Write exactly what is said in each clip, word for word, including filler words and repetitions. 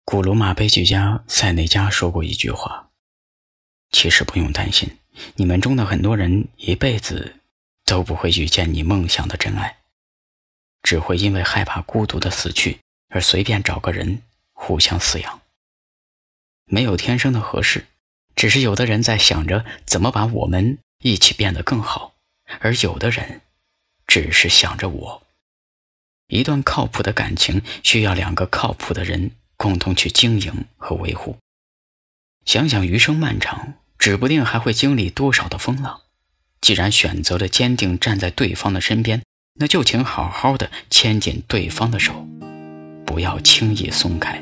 古罗马悲剧家塞内加说过一句话：其实不用担心，你们中的很多人一辈子都不会遇见你梦想的真爱，只会因为害怕孤独的死去而随便找个人互相饲养。没有天生的合适，只是有的人在想着怎么把我们一起变得更好，而有的人只是想着我。一段靠谱的感情需要两个靠谱的人共同去经营和维护。想想余生漫长，指不定还会经历多少的风浪。既然选择了坚定站在对方的身边，那就请好好的牵紧对方的手，不要轻易松开。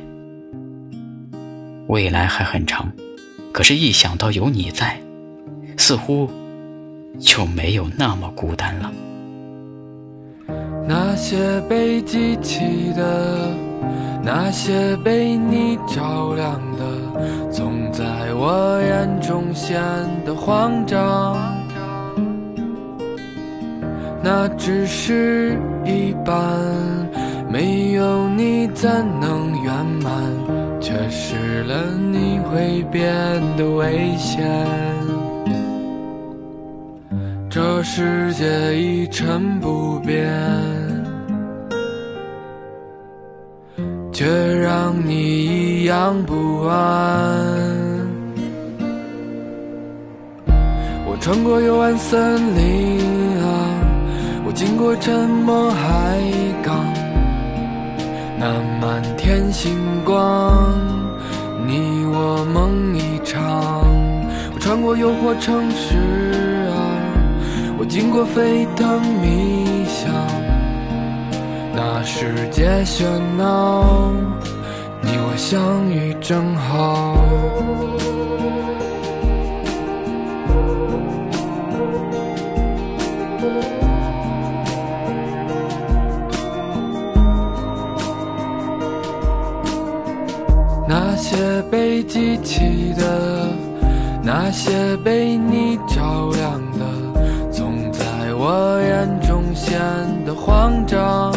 未来还很长，可是一想到有你在，似乎就没有那么孤单了。 那些被记起的，那些被你照亮的，总在我眼中显得慌张。那只是一半，没有你怎能圆满？缺失了你会变得危险。这世界一成不变，却让你一样不安。我穿过幽暗森林啊，我经过沉默海港，那漫天星光，你我梦一场。我穿过诱惑城市啊，我经过沸腾迷香，那世界喧闹，你我相遇正好。那些被记起的，那些被你照亮的，总在我眼中显得慌张。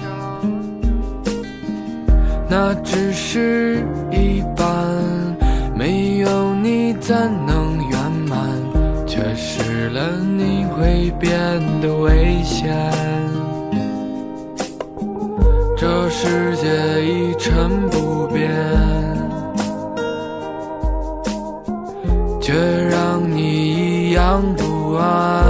那只是一半，没有你怎能圆满？缺失了你会变得危险。这世界一成不变，却让你一样不安。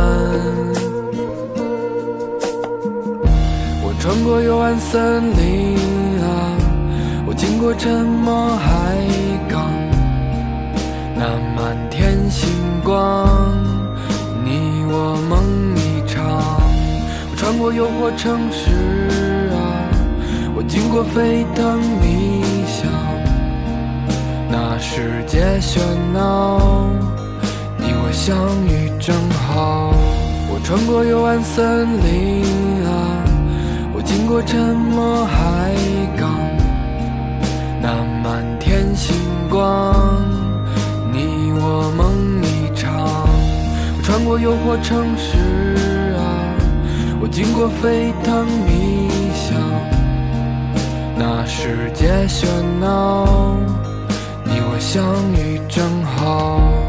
我穿过幽暗森林啊，我经过沉默海港，那漫天星光，你我梦一场。我穿过诱惑城市啊，我经过沸腾迷香，那世界喧闹，你我相遇正好。我穿过幽暗森林啊，我经过沉默海港，那漫天星光，你我梦一场。我穿过诱惑城市啊，我经过沸腾迷香，那世界喧闹，你我相遇正好。